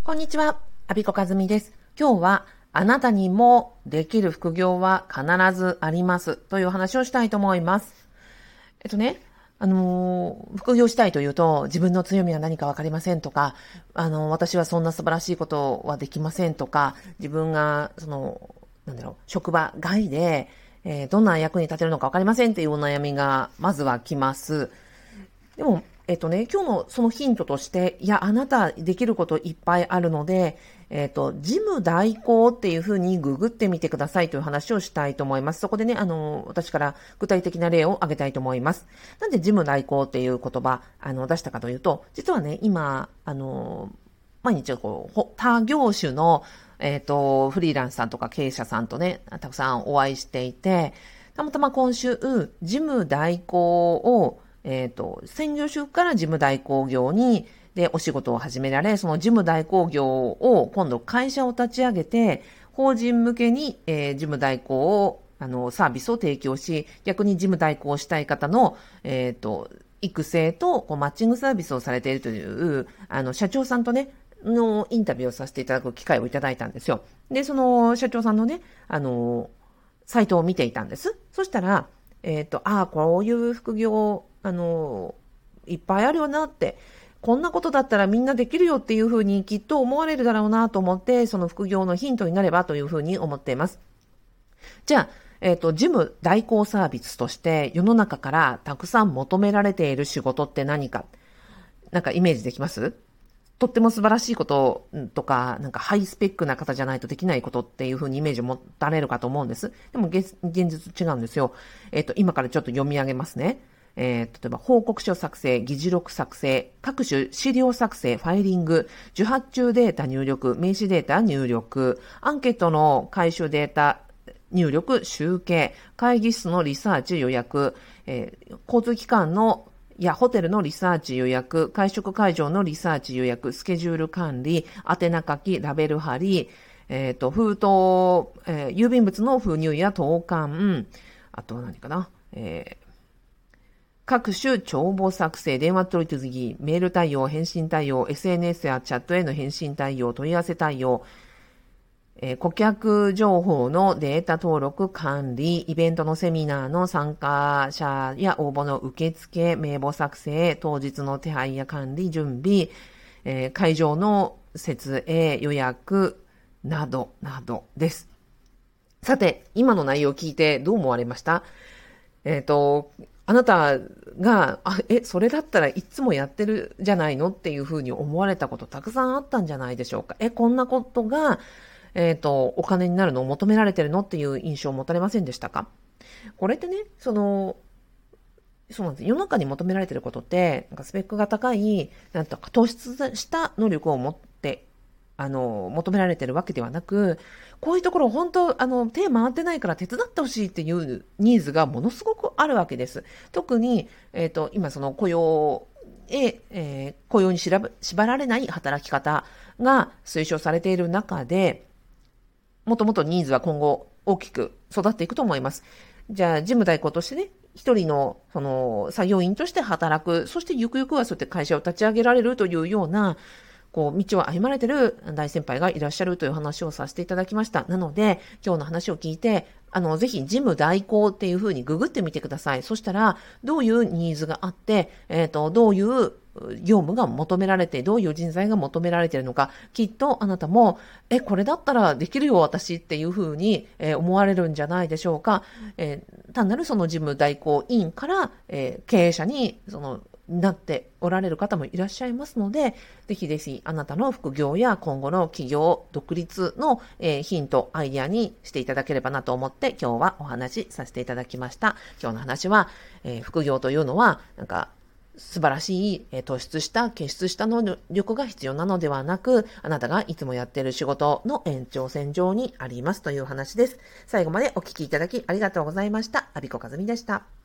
こんにちは、阿比子和美です。今日はあなたにもできる副業は必ずありますという話をしたいと思います。副業したいというと自分の強みは何かわかりませんとか、私はそんな素晴らしいことはできませんとか、自分が職場外で、どんな役に立てるのかわかりませんっていうお悩みがまずは来ます。でも、今日のそのヒントとして、あなたできることいっぱいあるので、事務代行っていうふうにググってみてくださいという話をしたいと思います。そこでね、私から具体的な例を挙げたいと思います。なんで事務代行っていう言葉、出したかというと、実はね、今、毎日他業種の、フリーランスさんとか経営者さんとね、たくさんお会いしていて、たまたま今週、事務代行を専業主婦から事務代行業にでお仕事を始められ、その事務代行業を今度会社を立ち上げて、法人向けに、事務代行をサービスを提供し、逆に事務代行したい方の、育成とマッチングサービスをされているという社長さんとねのインタビューをさせていただく機会をいただいたんですよ。で、その社長さんのねサイトを見ていたんです。そしたらこういう副業いっぱいあるよなって、こんなことだったらみんなできるよっていうふうにきっと思われるだろうなと思って、その副業のヒントになればというふうに思っています。じゃあ、事務代行サービスとして世の中からたくさん求められている仕事って何か、なんかイメージできます？とっても素晴らしいこととか、なんかハイスペックな方じゃないとできないことっていう風にイメージを持たれるかと思うんです。でも現実違うんですよ。今からちょっと読み上げますね。例えば報告書作成、議事録作成、各種資料作成、ファイリング、受発注データ入力、名刺データ入力、アンケートの回収データ入力、集計、会議室のリサーチ予約、交通機関のホテルのリサーチ予約、会食会場のリサーチ予約、スケジュール管理、宛名書き、ラベル貼り、封筒、郵便物の封入や投函、あとは何かな、各種帳簿作成、電話取り続き、メール対応、返信対応、SNS やチャットへの返信対応、問い合わせ対応、顧客情報のデータ登録管理、イベントのセミナーの参加者や応募の受付、名簿作成、当日の手配や管理、準備、会場の設営、予約などなどです。さて、今の内容を聞いてどう思われました？あなたが、それだったらいつもやってるじゃないのっていうふうに思われたことたくさんあったんじゃないでしょうか。こんなことが、お金になるのを求められてるのっていう印象を持たれませんでしたか？これってね、そうなんです。世の中に求められてることって、なんかスペックが高い、なんとか突出した能力を持って、求められてるわけではなく、こういうところ本当、手回ってないから手伝ってほしいっていうニーズがものすごくあるわけです。特に、今その雇用に縛られない働き方が推奨されている中で、もっともっとニーズは今後大きく育っていくと思います。じゃあ、事務代行としてね、一人の作業員として働く、そしてゆくゆくはそうやって会社を立ち上げられるというような、道を歩まれている大先輩がいらっしゃるという話をさせていただきました。なので、今日の話を聞いて、ぜひ事務代行っていう風にググってみてください。そしたら、どういうニーズがあって、どういう業務が求められて、どういう人材が求められているのか、きっとあなたも、これだったらできるよ私っていう風に、思われるんじゃないでしょうか。単なるその事務代行員から、経営者になっておられる方もいらっしゃいますので、ぜひぜひあなたの副業や今後の企業独立の、ヒント、アイデアにしていただければなと思って今日はお話しさせていただきました。今日の話は、副業というのはなんか素晴らしい、突出した傑出した能力が必要なのではなく、あなたがいつもやっている仕事の延長線上にありますという話です。最後までお聞きいただきありがとうございました。阿比子和美でした。